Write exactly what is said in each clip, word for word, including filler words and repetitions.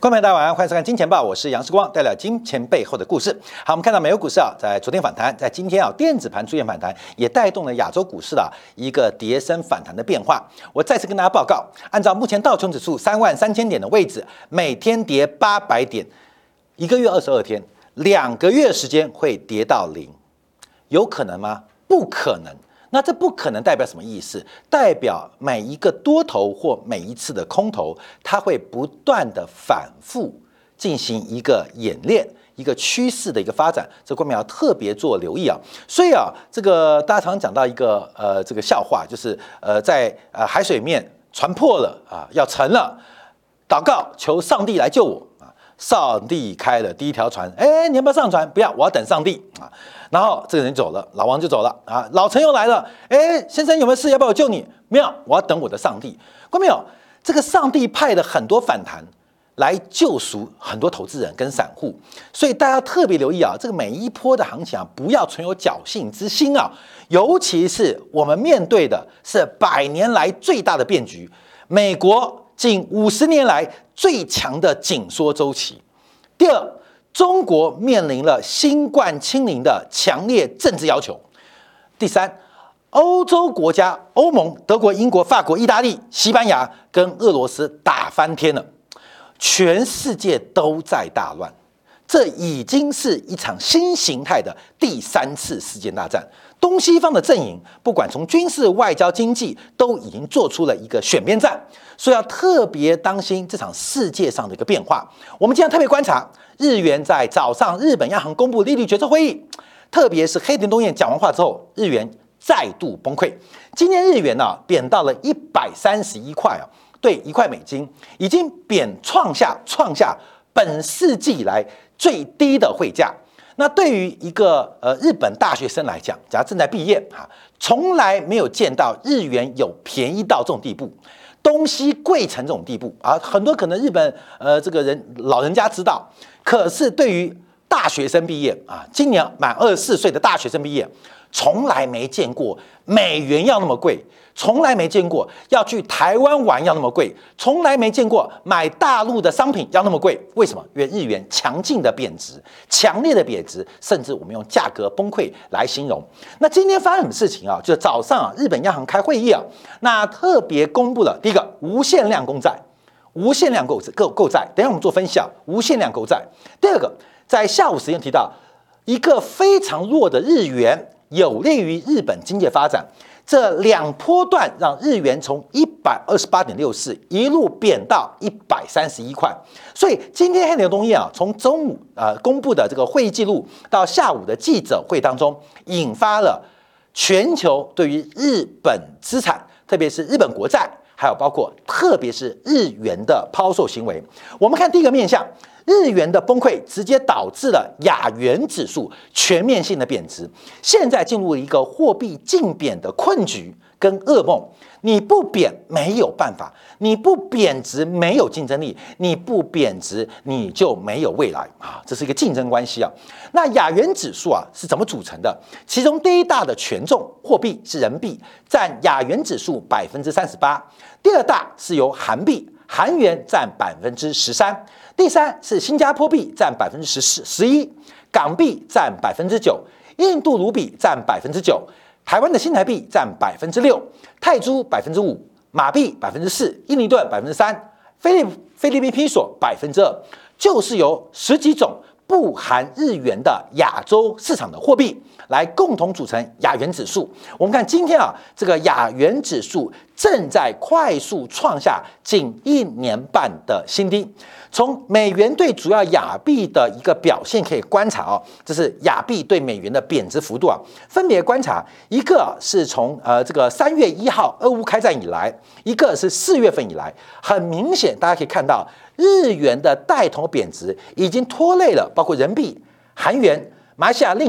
观众朋友大家晚上欢迎收看《金钱报》，我是杨世光，带来金钱背后的故事。好，我们看到美国股市啊，在昨天反弹，在今天啊，电子盘出现反弹，也带动了亚洲股市的一个跌升反弹的变化。我再次跟大家报告，按照目前道琼指数三万三千点的位置，每天跌八百点，一个月二十二天，两个月时间会跌到零，有可能吗？不可能。那这不可能代表什么意思？代表每一个多头或每一次的空头，它会不断的反复进行一个演练，一个趋势的一个发展，这方面要特别做留意啊。所以啊，这个大家常常讲到一个呃这个笑话，就是呃在呃海水面船破了啊，要沉了，祷告求上帝来救我啊。上帝开了第一条船，哎，你要不要上船？不要，我要等上帝啊。然后这个人走了，老王就走了啊。老陈又来了，哎，先生有没有事？要不要我救你？没有，我要等我的上帝。看到没有？这个上帝派了很多反弹来救赎很多投资人跟散户，所以大家特别留意啊，这个每一波的行情啊，不要存有侥幸之心啊。尤其是我们面对的是百年来最大的变局，美国近五十年来最强的紧缩周期。第二，中国面临了新冠清零的强烈政治要求。第三，欧洲国家欧盟、德国、英国、法国、意大利、西班牙跟俄罗斯打翻天了，全世界都在大乱。这已经是一场新形态的第三次世界大战。东西方的阵营，不管从军事、外交、经济，都已经做出了一个选边站，所以要特别当心这场世界上的一个变化。我们今天特别观察日元在早上日本央行公布利率决策会议，特别是黑田东彦讲完话之后，日元再度崩溃。今天日元呢、啊、贬到了一百三十一块啊，对一块美金，已经贬创下创下本世纪以来最低的汇价。那对于一个呃日本大学生来讲，假如正在毕业哈，从来没有见到日元有便宜到这种地步，东西贵成这种地步啊，很多可能日本呃这个人老人家知道，可是对于大学生毕业啊，今年满二十四岁的大学生毕业，从来没见过美元要那么贵，从来没见过要去台湾玩要那么贵，从来没见过买大陆的商品要那么贵。为什么？因为日元强劲的贬值，强烈的贬值，甚至我们用价格崩溃来形容。那今天发生什么事情啊？就是早上啊，日本央行开会议啊，那特别公布了第一个无限量公债，无限量购购购债。等一下我们做分析啊，无限量购债。第二个，在下午时间提到一个非常弱的日元，有利于日本经济发展。这两波段让日元从一百二十八点六四一路贬到一百三十一块，所以今天黑田东彦啊，从中午呃公布的这个会议记录到下午的记者会当中，引发了全球对于日本资产，特别是日本国债，还有包括特别是日元的抛售行为。我们看第一个面向。日元的崩溃直接导致了亚元指数全面性的贬值，现在进入了一个货币竞贬的困局跟噩梦。你不贬没有办法，你不贬值没有竞争力，你不贬值你就没有未来啊！这是一个竞争关系啊。那亚元指数啊是怎么组成的？其中第一大的权重货币是人民币，占亚元指数百分之三十八；第二大是由韩币，韩元占百分之十三；第三是新加坡币占百分之十四十一，港币占百分之九，印度卢比占百分之九。台湾的新台币占百分之六，泰铢百分之五，马币百分之四，印尼盾百分之三，菲律菲律宾披索百分之二，就是由十几种不含日元的亚洲市场的货币来共同组成亚元指数。我们看今天啊，这个亚元指数正在快速创下近一年半的新低。从美元对主要亚币的一个表现可以观察哦，这是亚币对美元的贬值幅度啊，分别观察一个是从呃这个三月一号俄乌开战以来，一个是四月份以来，很明显大家可以看到日元的带头贬值已经拖累了包括人民币、韩元、马来西亚令吉、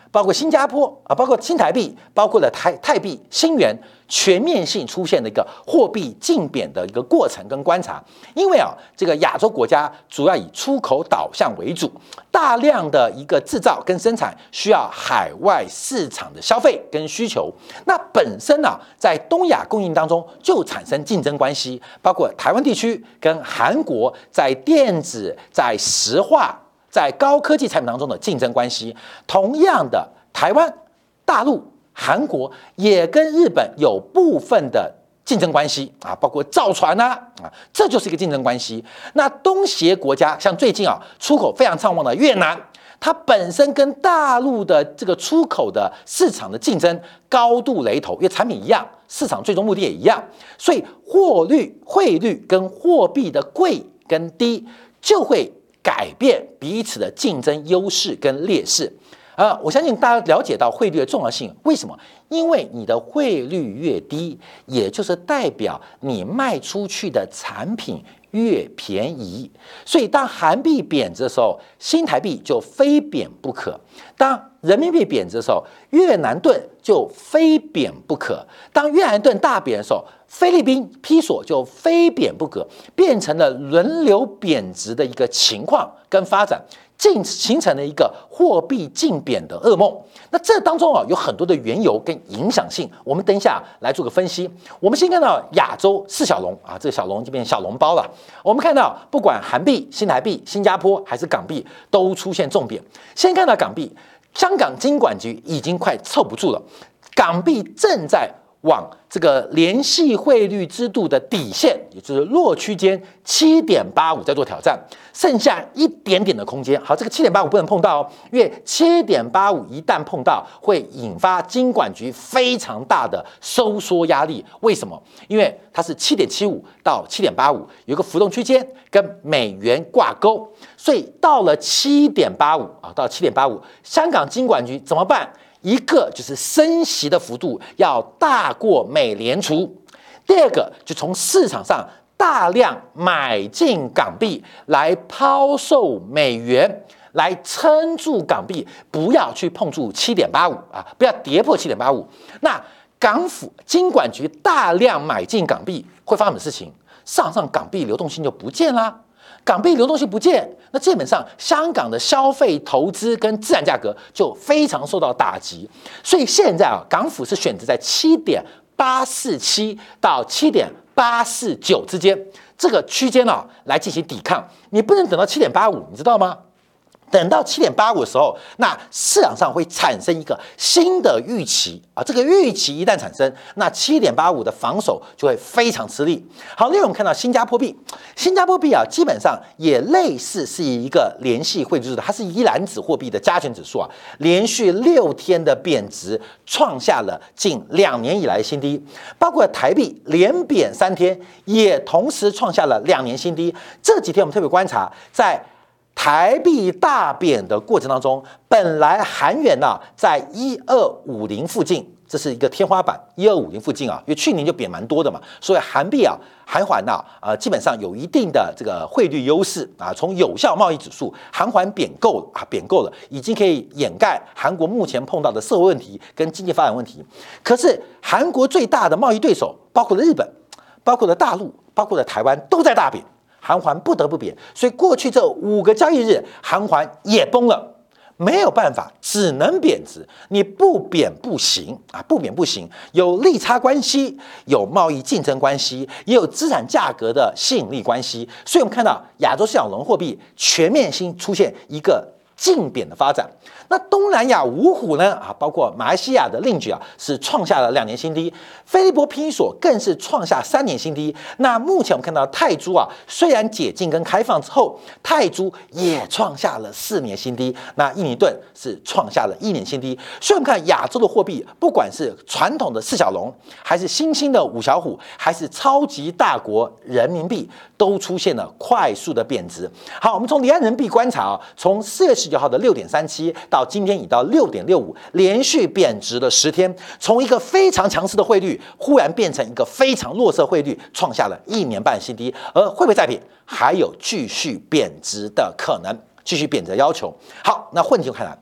包括新加坡啊，包括新台币，包括了台泰币、新元，全面性出现的一个货币竞贬的一个过程跟观察。因为啊，这个亚洲国家主要以出口导向为主，大量的一个制造跟生产需要海外市场的消费跟需求。那本身呢、啊，在东亚供应当中就产生竞争关系，包括台湾地区跟韩国在电子、在石化、在高科技产品当中的竞争关系。同样的，台湾、大陆、韩国也跟日本有部分的竞争关系啊，包括造船啊，啊，这就是一个竞争关系。那东协国家像最近啊出口非常畅旺的越南，它本身跟大陆的这个出口的市场的竞争高度雷同，因为产品一样，市场最终目的也一样，所以货率、汇率跟货币的贵跟低就会改变彼此的竞争优势跟劣势。啊、呃，我相信大家了解到汇率的重要性。为什么？因为你的汇率越低，也就是代表你卖出去的产品越便宜。所以当韩币贬值的时候，新台币就非贬不可；当人民币贬值的时候，越南盾就非贬不可；当越南盾大贬的时候，菲律宾披索就非贬不可，变成了轮流贬值的一个情况跟发展。进形成了一个货币竞贬的噩梦。那这当中啊有很多的缘由跟影响性，我们等一下来做个分析。我们先看到亚洲四小龙啊，这个小龙就变成小笼包了。我们看到不管韩币、新台币、新加坡还是港币都出现重贬。先看到港币，香港金管局已经快凑不住了，港币正在往这个联系汇率制度的底线，也就是弱区间 七点八五 在做挑战，剩下一点点的空间。好，这个 七点八五 不能碰到哦，因为 七点八五 一旦碰到，会引发金管局非常大的收缩压力。为什么？因为它是 七点七五 到 七点八五 有一个浮动区间跟美元挂钩，所以到了 七点八五 啊，到 七点八五， 香港金管局怎么办？一个就是升息的幅度要大过美联储，第二个就从市场上大量买进港币来抛售美元，来撑住港币，不要去碰触 七点八五 啊，不要跌破 七点八五。那港府金管局大量买进港币，会发生什么事情？市场上港币流动性就不见啦。港币流动性不见，那基本上香港的消费、投资跟资产价格就非常受到打击。所以现在啊，港府是选择在 七点八四七 到 七点八四九 之间这个区间啊来进行抵抗。你不能等到 七点八五， 你知道吗？等到 七点八五 的时候，那市场上会产生一个新的预期啊，这个预期一旦产生，那 七点八五 的防守就会非常吃力。好，另外我们看到新加坡币，新加坡币啊，基本上也类似是一个联系汇率制度，它是一篮子货币的加权指数啊，连续六天的贬值，创下了近两年以来的新低，包括台币连贬三天，也同时创下了两年新低。这几天我们特别观察，在台币大贬的过程当中，本来韩元呢、啊、在一二五零附近，这是一个天花板，一二五零附近啊，因为去年就贬蛮多的嘛，所以韩币啊、韩环呐、啊，呃，基本上有一定的这个汇率优势啊。从有效贸易指数，韩环贬够了啊，贬够了，已经可以掩盖韩国目前碰到的社会问题跟经济发展问题。可是韩国最大的贸易对手，包括了日本，包括了大陆，包括了台湾，都在大贬。韩环不得不贬，所以过去这五个交易日，韩环也崩了，没有办法，只能贬值。你不贬不行啊，不贬不行。有利差关系，有贸易竞争关系，也有资产价格的吸引力关系。所以我们看到亚洲小龙货币全面性出现一个竞贬的发展。那东南亚五虎呢？啊，包括马来西亚的令举啊，是创下了两年新低；菲律宾披索更是创下三年新低。那目前我们看到泰铢啊，虽然解禁跟开放之后，泰铢也创下了四年新低。那印尼盾是创下了一年新低。所以我们看亚洲的货币，不管是传统的四小龙，还是新兴的五小虎，还是超级大国人民币，都出现了快速的贬值。好，我们从离岸人民币观察啊，从四月十九号的六点三七到今天已到六点六五，连续贬值了十天，从一个非常强势的汇率，忽然变成一个非常弱势汇率，创下了一年半新低。而会不会再贬？还有继续贬值的可能，继续贬值的要求。好，那问题就看来，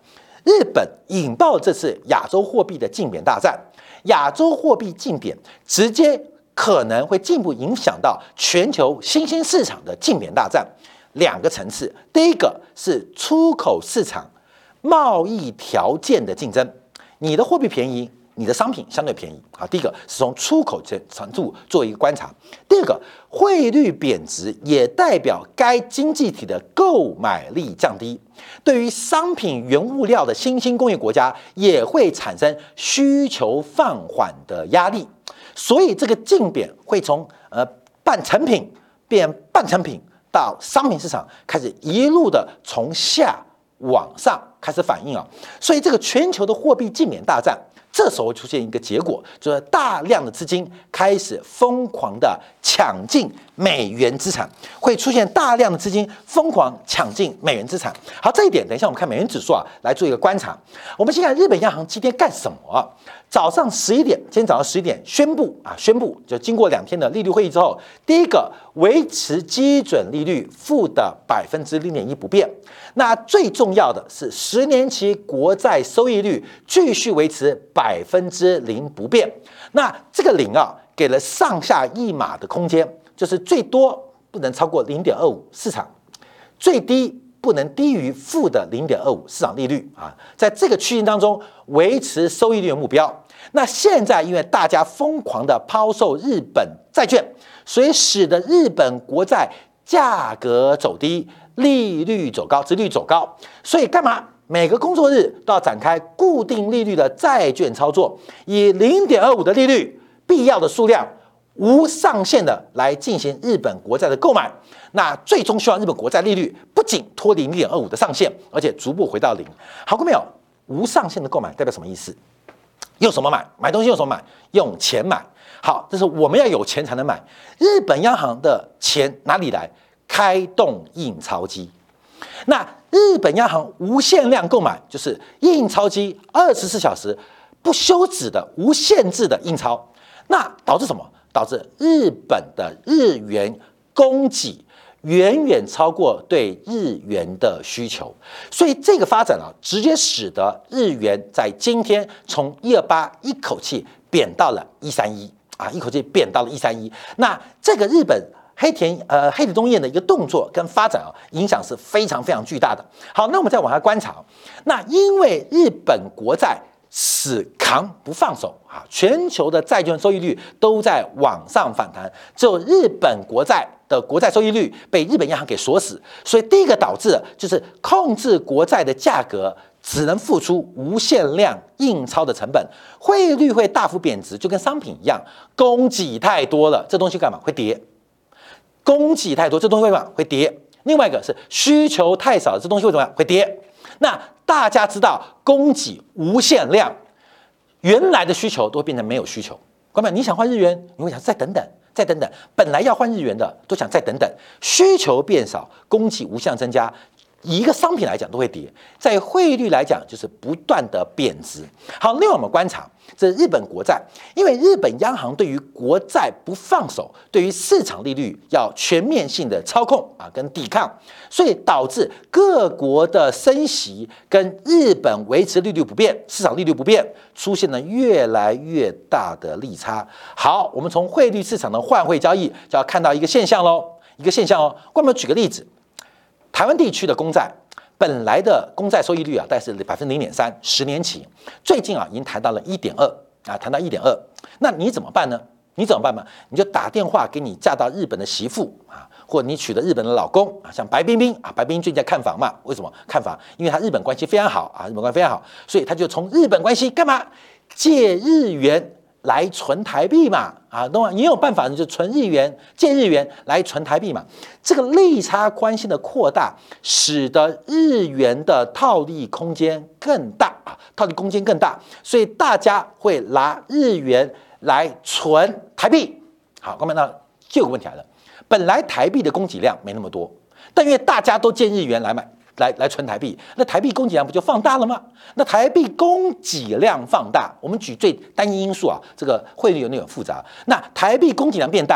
日本引爆这次亚洲货币的竞贬大战，亚洲货币竞贬直接可能会进一步影响到全球新兴市场的竞贬大战。两个层次，第一个是出口市场贸易条件的竞争，你的货币便宜，你的商品相对便宜啊。第一个是从出口程度做一个观察，第二个汇率贬值也代表该经济体的购买力降低，对于商品原物料的新兴工业国家也会产生需求放缓的压力，所以这个竞贬会从呃半成品变半成品，到商品市场开始一路的从下往上开始反应啊，所以这个全球的货币竞贬大战，这时候出现一个结果，就是大量的资金开始疯狂的抢进美元资产，会出现大量的资金疯狂抢进美元资产。好，这一点等一下我们看美元指数啊来做一个观察。我们先看日本央行今天干什么啊？早上十一点，今天早上十一点宣布啊，宣布就经过两天的利率会议之后，第一个维持基准利率负的百分之零点一不变。那最重要的是十年期国债收益率继续维持百分之零不变。那这个零啊，给了上下一码的空间，就是最多不能超过零点二五市场，最低不能低于负的零点二五市场利率啊，在这个区间当中维持收益率的目标。那现在因为大家疯狂的抛售日本债券，所以使得日本国债价格走低，利率走高，殖利率走高，所以干嘛？每个工作日都要展开固定利率的债券操作，以零点二五的利率，必要的数量，无上限的来进行日本国债的购买。那最终希望日本国债利率不仅脱离零点二五的上限，而且逐步回到零。好过没有？无上限的购买代表什么意思？用什么买？买东西用什么买？用钱买。好，这是我们要有钱才能买。日本央行的钱哪里来？开动印钞机。那日本央行无限量购买，就是印钞机二十四小时不休止的无限制的印钞。那导致什么？导致日本的日元供给远远超过对日元的需求，所以这个发展啊，直接使得日元在今天从一二八一口气贬到了一三一啊，一口气贬到了一三一。那这个日本黑田呃黑田东彦的一个动作跟发展啊，影响是非常非常巨大的。好，那我们再往下观察，那因为日本国债死扛不放手啊，全球的债券收益率都在往上反弹，只有日本国债的国债收益率被日本央行给锁死，所以第一个导致的就是控制国债的价格只能付出无限量印钞的成本，汇率会大幅贬值，就跟商品一样，供给太多了，这东西干嘛会跌？供给太多，这东西会干嘛会跌？另外一个是需求太少，这东西会怎么样会跌？那大家知道，供给无限量，原来的需求都会变成没有需求。各位，你想换日元，你会想再等等，再等等。本来要换日元的，都想再等等。需求变少，供给无限增加，以一个商品来讲都会跌，在汇率来讲就是不断的贬值。好，另外我们观察，这日本国债，因为日本央行对于国债不放手，对于市场利率要全面性的操控啊，跟抵抗，所以导致各国的升息跟日本维持利率不变，市场利率不变，出现了越来越大的利差。好，我们从汇率市场的换汇交易就要看到一个现象喽，一个现象哦。我们举个例子。台湾地区的公债本来的公债收益率啊，大概是百分之零点三，十年期，最近啊已经谈到了一点二啊，谈到一点二。那你怎么办呢？你怎么办嘛？你就打电话给你嫁到日本的媳妇啊，或者你娶的日本的老公啊，像白冰冰啊，白冰冰最近在看房嘛？为什么看房？因为他日本关系非常好啊，日本关系非常好，所以他就从日本关系干嘛？借日元来存台币嘛，啊，懂吗？你有办法，你就存日元，借日元来存台币嘛。这个利差关系的扩大，使得日元的套利空间更大啊，套利空间更大，所以大家会拿日元来存台币。好，各位，那就有个问题来了，本来台币的供给量没那么多，但因为大家都借日元来买。来来存台币，那台币供给量不就放大了吗？那台币供给量放大，我们举最单一因素啊，这个汇率有点复杂。那台币供给量变大，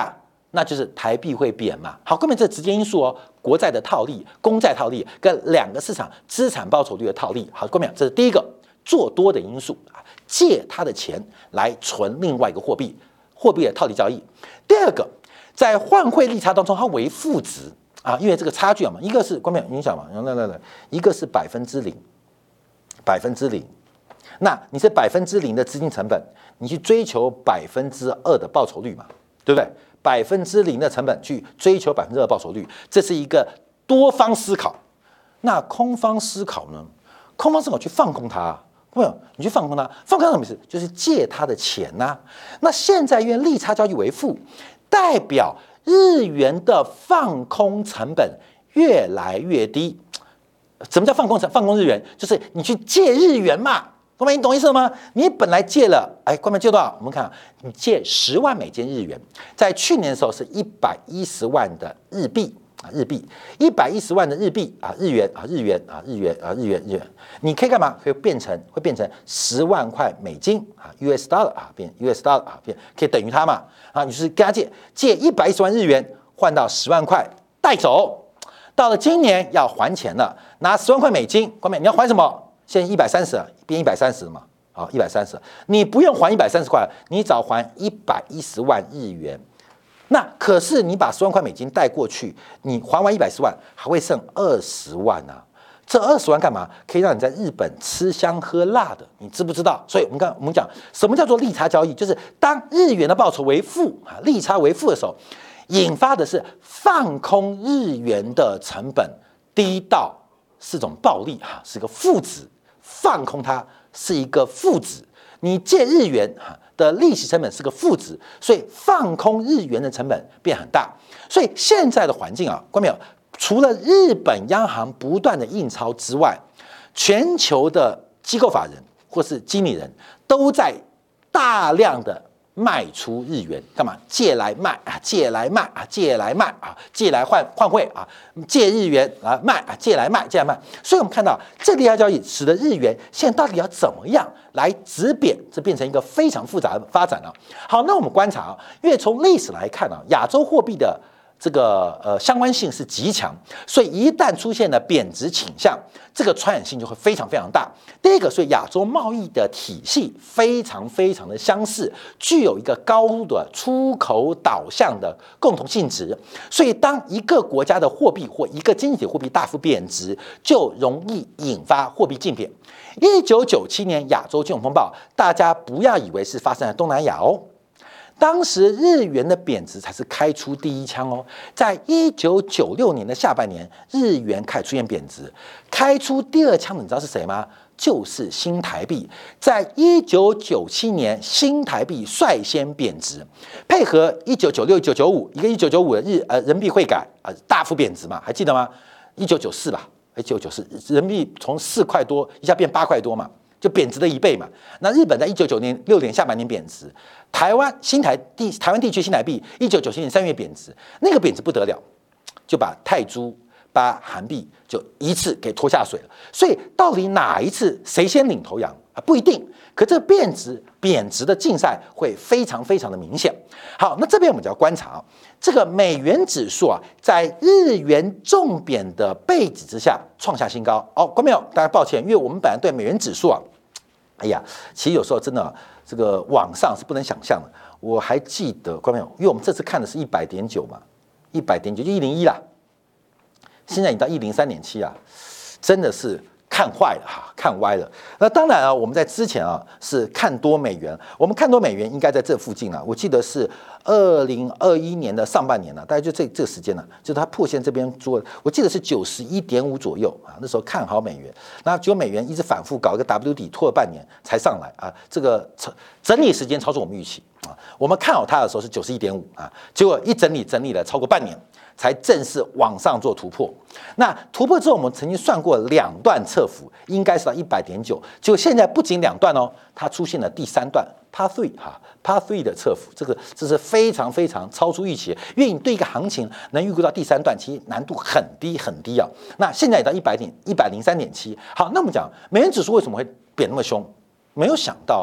那就是台币会贬嘛。好，根本这直接因素哦，国债的套利、公债套利跟两个市场资产报酬率的套利。好，各位，这是第一个做多的因素啊，借他的钱来存另外一个货币，货币的套利交易。第二个，在换汇利差当中，它为负值啊，因为这个差距啊嘛，一个是关键影响嘛，来来来，一个是百分之零，百分之零。那你是百分之零的资金成本，你去追求百分之二的报酬率嘛，对不对？百分之零的成本去追求百分之二报酬率，这是一个多方思考。那空方思考呢？空方思考去放空它，没有，你去放空它，放空它什么意思？就是借它的钱呐、啊。那现在因为利差交易为负，代表日元的放空成本越来越低。什么叫放空成放空日元？就是你去借日元嘛。各位，你懂意思吗？你本来借了，哎，关门借多少？我们看，你借十万美金日元，在去年的时候是一百一十万的日币啊，日币一百一十万的日币啊，日元啊，日元啊，日元啊，日元日元，你可以干嘛？会变成会变成十万块美金啊 ，U S dollar 啊，变 U S dollar 啊，变可以等于它嘛啊，你就是跟他借借一百一十万日元换到十万块带走，到了今年要还钱了，拿十万块美金，关门你要还什么？现在一百三十变一百三十了嘛？好，一百三十，你不用还一百三十块，你只要还一百一十万日元。那可是你把十万块美金带过去，你还完一百十万，还会剩二十万啊！这二十万干嘛？可以让你在日本吃香喝辣的，你知不知道？所以我们看，我们讲什么叫做利差交易，就是当日元的报酬为负啊，利差为负的时候，引发的是放空日元的成本低到是种暴利啊，是个负值。放空它是一个负值，你借日元的利息成本是个负值，所以放空日元的成本变很大。所以现在的环境啊，观众朋友，除了日本央行不断的印钞之外，全球的机构法人或是经理人都在大量的卖出日元，干嘛？借来卖啊，借来卖啊，借来卖啊，借来换换汇啊，借日元啊卖啊，借来卖，借来卖。所以我们看到这利差交易使得日元现在到底要怎么样来止贬，这变成一个非常复杂的发展了。好，那我们观察啊，因为从历史来看啊，亚洲货币的这个呃相关性是极强，所以一旦出现了贬值倾向，这个传染性就会非常非常大。第一个，所以亚洲贸易的体系非常非常的相似，具有一个高度的出口导向的共同性质，所以当一个国家的货币或一个经济体货币大幅贬值，就容易引发货币竞贬。一九九七年亚洲金融风暴，大家不要以为是发生在东南亚哦。当时日元的贬值才是开出第一枪哦，在一九九六年的下半年，日元开始出现贬值，开出第二枪的你知道是谁吗？就是新台币。在一九九七年，新台币率先贬值，配合一九九六、一九九五一个一九九五的日呃人民币汇改啊、呃、大幅贬值嘛，还记得吗？一九九四吧，一九九四人民币从四块多一下变八块多嘛。就贬值了一倍嘛。那日本在一九九六年下半年贬值，台湾新台地台湾地区新台币一九九七年三月贬值，那个贬值不得了，就把泰铢、把韩币就一次给拖下水了。所以到底哪一次谁先领头羊啊？不一定。可这贬值贬值的竞赛会非常非常的明显。好，那这边我们就要观察啊，这个美元指数啊，在日元重贬的背景之下创下新高。哦，观众朋友，大家抱歉，因为我们本来对美元指数啊。哎呀，其实有时候真的，这个网上是不能想象的。我还记得，观众朋友，因为我们这次看的是一百点九嘛，一百点九就一零一啦，现在已经到一零三点七啊，真的是看坏了哈，看歪了。那当然啊，我们在之前啊是看多美元，我们看多美元应该在这附近啊，我记得是二零二一年的上半年呢、啊，大概就这这个时间呢、啊，就是它破线这边做，我记得是九十一点五左右啊，那时候看好美元，那结果美元一直反复搞一个 W 底，拖了半年才上来啊，这个整理时间超出我们预期啊，我们看好它的时候是九十一点五啊，结果一整理整理了超过半年。才正式往上做突破。那突破之后，我们曾经算过两段侧幅，应该是到一百点九。结果现在不仅两段哦，它出现了第三段 Part Three 哈 Part Three 的侧幅，这个这是非常非常超出预期。因为你对一个行情能预估到第三段，其实难度很低很低啊。那现在也到一百点一百零三点七。好，那我们讲美元指数为什么会贬那么凶？没有想到。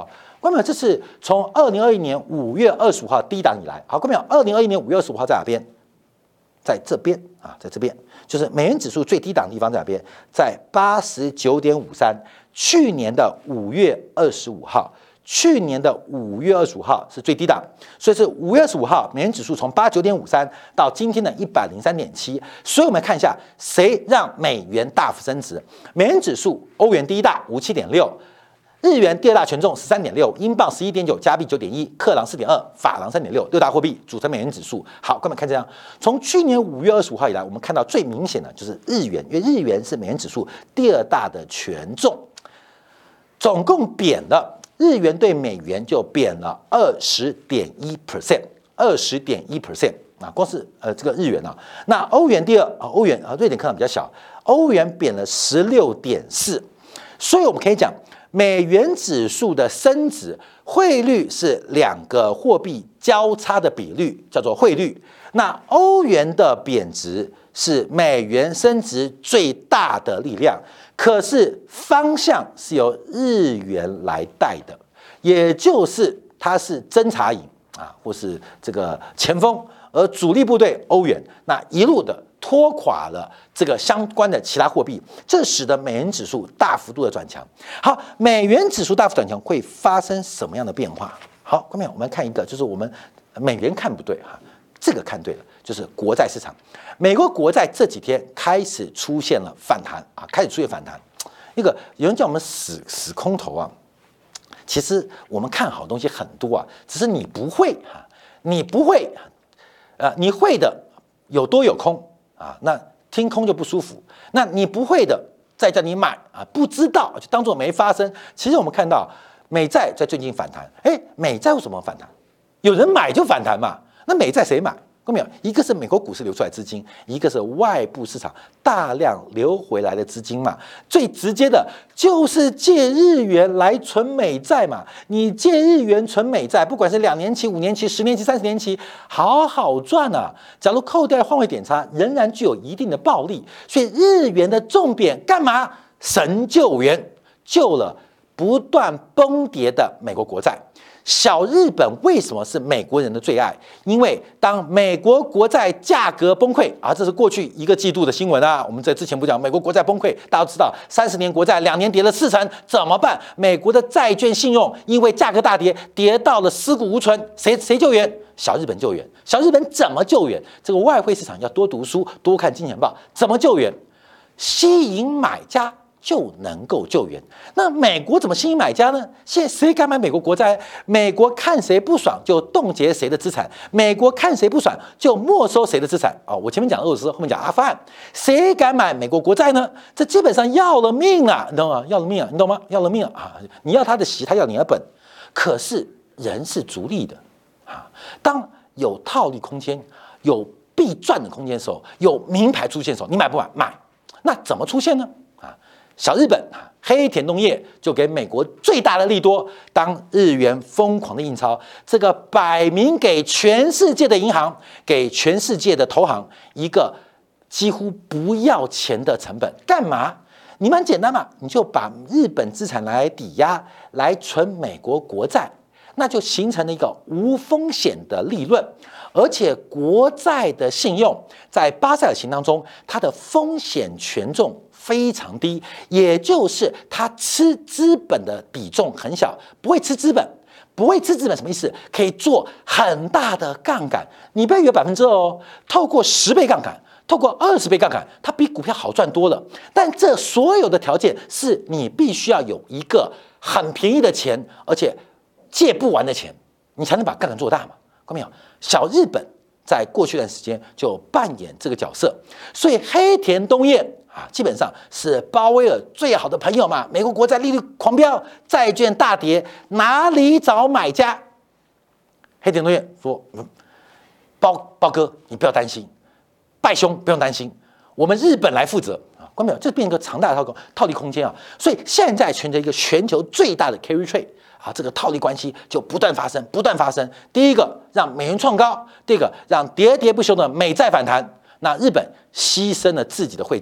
观众朋友，这是从二零二一年五月二十五号低档以来，好，观众朋友，二零二一年五月二十五号在哪边？在这边啊，在这边，就是美元指数最低档的地方在哪边？在八十九点五三。去年的五月二十五号，去年的五月二十五号是最低档，所以是五月二十五号，美元指数从八十九点五三到今天的一百零三点七。所以我们来看一下，谁让美元大幅升值？美元指数，欧元第一大，五七点六。日元第二大权重十三点六，英镑十一点九，加币九点一，克朗四点二，法郎三点六，六大货币组成美元指数。好，各位看这样，从去年五月二十五号以来，我们看到最明显的就是日元，因为日元是美元指数第二大的权重，总共贬了日元对美元就贬了二十点一 percent， 二十点一 percent 啊，光是呃这个日元啊，那欧元第二啊，欧元啊，瑞典克朗比较小，欧元贬了十六点四，所以我们可以讲。美元指数的升值，汇率是两个货币交叉的比率，叫做汇率。那欧元的贬值是美元升值最大的力量，可是方向是由日元来带的，也就是它是侦察营啊，或是这个前锋，而主力部队欧元，那一路的拖垮了这个相关的其他货币，这使得美元指数大幅度的转强。好，美元指数大幅转强会发生什么样的变化？好，观众朋友，我们看一个，就是我们美元看不对哈，这个看对了，就是国债市场。美国国债这几天开始出现了反弹啊，开始出现反弹。一个有人叫我们死死空头啊，其实我们看好东西很多啊，只是你不会哈，你不会，呃，你会的有多有空。啊，那听空就不舒服。那你不会的，再叫你买啊，不知道就当做没发生。其实我们看到美债在最近反弹，哎，美债为什么反弹？有人买就反弹嘛。那美债谁买？看到没有？一个是美国股市流出来资金，一个是外部市场大量流回来的资金嘛。最直接的就是借日元来存美债嘛。你借日元存美债，不管是两年期、五年期、十年期、三十年期，好好赚啊。假如扣掉换汇点差，仍然具有一定的暴利。所以日元的重贬干嘛？神救援，救了不断崩跌的美国国债。小日本为什么是美国人的最爱？因为当美国国债价格崩溃啊，这是过去一个季度的新闻啊。我们在之前不讲美国国债崩溃，大家都知道三十年国债两年跌了四成，怎么办？美国的债券信用因为价格大跌，跌到了尸骨无存，谁谁救援？小日本救援。小日本怎么救援？这个外汇市场要多读书，多看金钱报，怎么救援？吸引买家。就能够救援。那美国怎么吸引买家呢？现在谁敢买美国国债？美国看谁不爽就冻结谁的资产，美国看谁不爽就没收谁的资产。哦，我前面讲俄罗斯，后面讲阿富汗，谁敢买美国国债呢？这基本上要了命啊，你懂吗？要了命啊，你懂吗？要了命啊！啊，你要他的息，他要你的本。可是人是逐利的啊，当有套利空间、有必赚的空间的时候，有名牌出现的时候，你买不买？买。那怎么出现呢？小日本黑田东业就给美国最大的利多，当日元疯狂的印钞，这个摆明给全世界的银行、给全世界的投行一个几乎不要钱的成本，干嘛？你蛮简单嘛，你就把日本资产来抵押，来存美国国债，那就形成了一个无风险的利润，而且国债的信用在巴塞尔型当中，它的风险权重非常低，也就是它吃资本的比重很小，不会吃资本，不会吃资本什么意思？可以做很大的杠杆，你不要以为百分之二哦，透过十倍杠杆，透过二十倍杠杆，它比股票好赚多了。但这所有的条件是你必须要有一个很便宜的钱，而且借不完的钱，你才能把杠杆做大嘛。看到没有？小日本在过去一段时间就扮演这个角色，所以黑田东彦啊，基本上是鲍威尔最好的朋友嘛。美国国债利率狂飙，债券大跌，哪里找买家？黑田东彦说：“包包哥，你不要担心，拜兄不用担心，我们日本来负责啊。”看到没有？这变成一个强大的套空套利空间啊。所以现在存在一个全球最大的 carry trade。啊，这个套利关系就不断发生，不断发生。第一个让美元创高，第二个让喋喋不休的美债反弹。那日本牺牲了自己的汇价，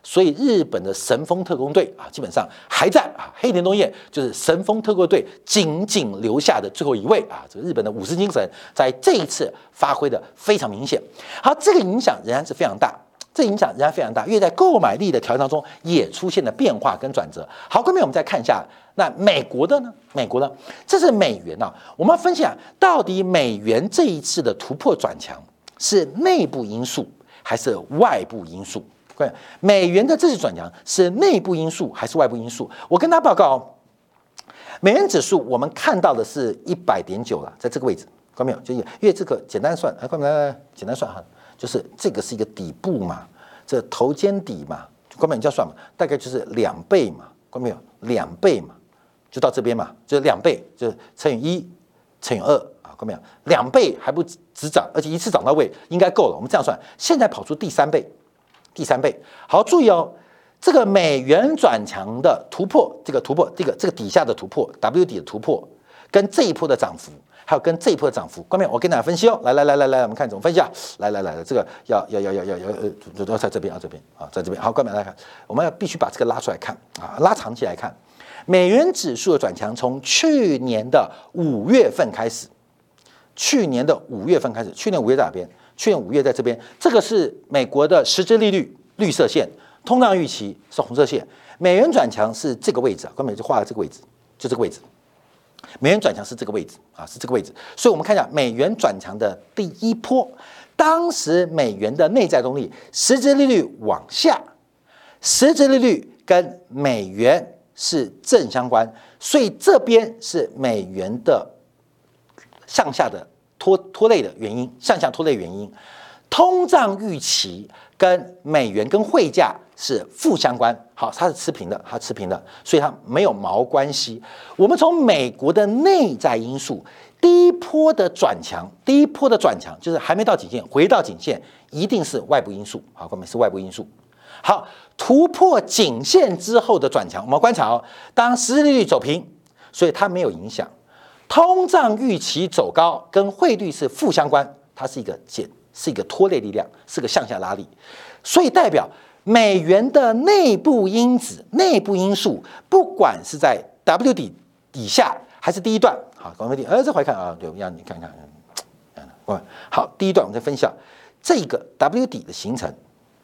所以日本的神风特工队啊，基本上还在啊。黑田东彦就是神风特工队仅仅留下的最后一位啊。这个日本的武士精神在这一次发挥的非常明显。好，这个影响仍然是非常大，这影响仍然非常大，因为在购买力的调整当中也出现了变化跟转折。好，各位我们再看一下，那美国的呢？美国呢？这是美元啊。我们要分析啊，到底美元这一次的突破转强是内部因素还是外部因素？美元的这次转强是内部因素还是外部因素？我跟大家报告哦，美元指数我们看到的是一百点九了，在这个位置，看到没有？就因为这个简单算，来，看来来，简单算哈，就是这个是一个底部嘛，这头肩底嘛，看没有？你这样算嘛，大概就是两倍嘛，看没有？两倍嘛，就到这边嘛，就是两倍，就是乘以一乘以二啊，看没有？两倍还不止涨，而且一次涨到位应该够了。我们这样算，现在跑出第三倍。第三倍，好，注意哦，这个美元转强的突破，这个突破，这个这个底下的突破 ，W 底的突破，跟这一波的涨幅，还有跟这一波的涨幅，关面我跟大家分析哦，来来来来来，我们看怎么分析啊？来来来，这个要要要要要要呃，要在这边啊这边啊，在这边，好，关面来看，我们要必须把这个拉出来看啊，拉长期来看，美元指数的转强从去年的五月份开始，去年的五月份开始，去年五月在哪边？去年五月在这边，这个是美国的实质利率绿色线，通胀预期是红色线，美元转强是这个位置啊，关美就画了这个位置，就这个位置，美元转强是这个位置啊，是这个位置，所以我们看一下美元转强的第一波，当时美元的内在动力，实质利率往下，实质利率跟美元是正相关，所以这边是美元的向下的。拖拖累的原因，向下拖累原因，通胀预期跟美元跟汇价是负相关，好，它是持平的，它持平的，所以它没有毛关系。我们从美国的内在因素，第一波的转强，第一波的转强就是还没到颈线，回到颈线，一定是外部因素，好，我们是外部因素。好，突破颈线之后的转强，我们观察哦，当实质利率走平，所以它没有影响。通胀预期走高跟汇率是负相关，它是一个减，是一个拖累力量，是个向下拉力，所以代表美元的内部因子、内部因素，不管是在 W 底底下还是第一段，好，我们呃这回看啊，对，让你看看，嗯，好，第一段我们再分析这个 W 底的形成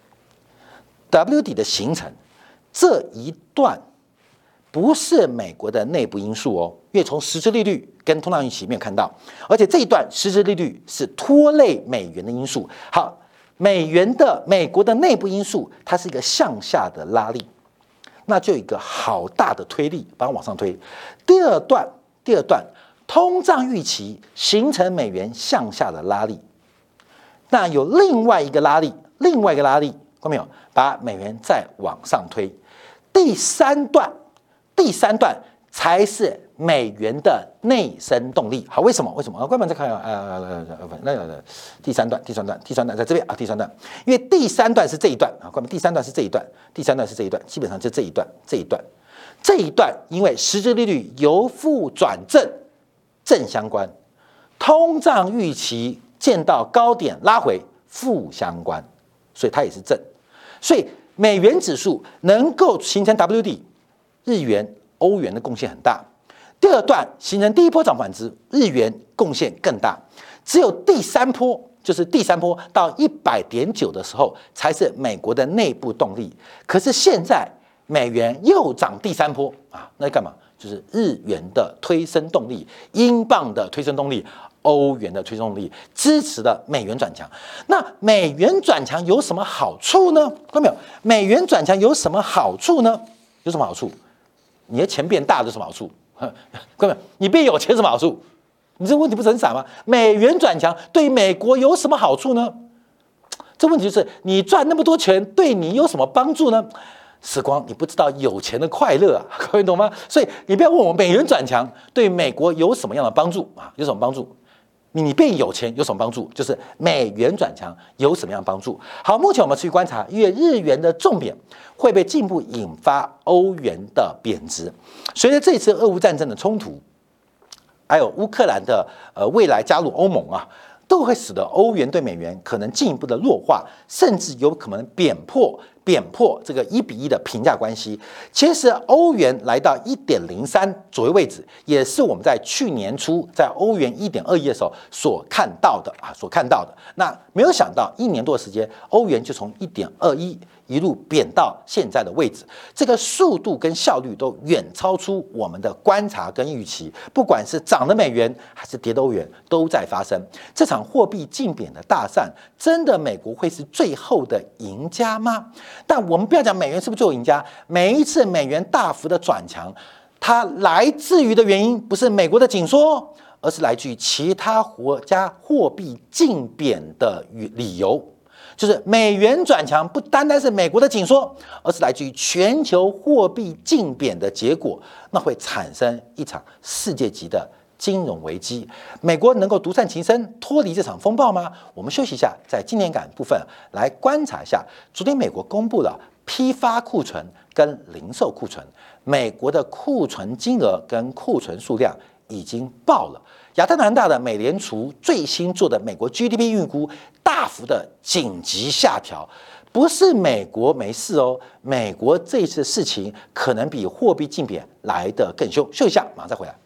，W 底的形成这一段。不是美国的内部因素哦，因为从实质利率跟通胀预期没有看到，而且这一段实质利率是拖累美元的因素。好，美元的美国的内部因素，它是一个向下的拉力，那就有一个好大的推力把它往上推。第二段，第二段通胀预期形成美元向下的拉力，那有另外一个拉力，另外一个拉力，看到没有？把美元再往上推。第三段。第三段才是美元的内生动力。好，为什么？为什么？啊，关门再看啊，呃，那个第三段，第三段，第三段在这边啊，第三段，因为第三段是这一段啊，关门，第三段是这一段，第三段是这一段，基本上就这一段，这一段，这一段，因为实质利率由负转正，正相关，通胀预期见到高点拉回，负相关，所以它也是正，所以美元指数能够形成 W 底。日元、欧元的贡献很大。第二段形成第一波涨反之，日元贡献更大。只有第三波，就是第三波到一百点九的时候，才是美国的内部动力。可是现在美元又涨第三波啊，那干嘛？就是日元的推升动力、英镑的推升动力、欧元的推升动力，支持了美元转强。那美元转强有什么好处呢？看到没有？美元转强有什么好处呢？有什么好处？你的钱变大有什么好处？各位，你变有钱有什么好处？你这个问题不是很傻吗？美元转强对美国有什么好处呢？这问题就是你赚那么多钱对你有什么帮助呢？时光，你不知道有钱的快乐啊，各位懂吗？所以你不要问我美元转强对美国有什么样的帮助啊？有什么帮助？你变有钱有什么帮助？就是美元转强有什么样的帮助？好，目前我们去观察，因为日元的重贬会被进一步引发欧元的贬值。随着这次俄乌战争的冲突，还有乌克兰的呃未来加入欧盟啊， 都会使得欧元对美元可能进一步的弱化，甚至有可能贬破贬破这个一比一的评价关系。其实欧元来到一点零三左右位置，也是我们在去年初在欧元一点二一的时候所看到的啊，所看到的。那没有想到一年多的时间，欧元就从一点二一一路贬到现在的位置，这个速度跟效率都远超出我们的观察跟预期。不管是涨的美元还是跌的欧元，都在发生。这场货币竞贬的大战，真的美国会是最后的赢家吗？但我们不要讲美元是不是最后赢家，每一次美元大幅的转强，它来自于的原因不是美国的紧缩，而是来自于其他国家货币竞贬的理由。就是美元转强不单单是美国的紧缩，而是来自于全球货币竞贬的结果，那会产生一场世界级的金融危机。美国能够独善其身，脱离这场风暴吗？我们休息一下，在经典感部分来观察一下。昨天美国公布了批发库存跟零售库存，美国的库存金额跟库存数量已经爆了。亚特兰大的美联储最新做的美国 G D P 预估大幅的紧急下调，不是美国没事哦，美国这一次事情可能比货币竞贬来得更凶。休息一下，马上再回来。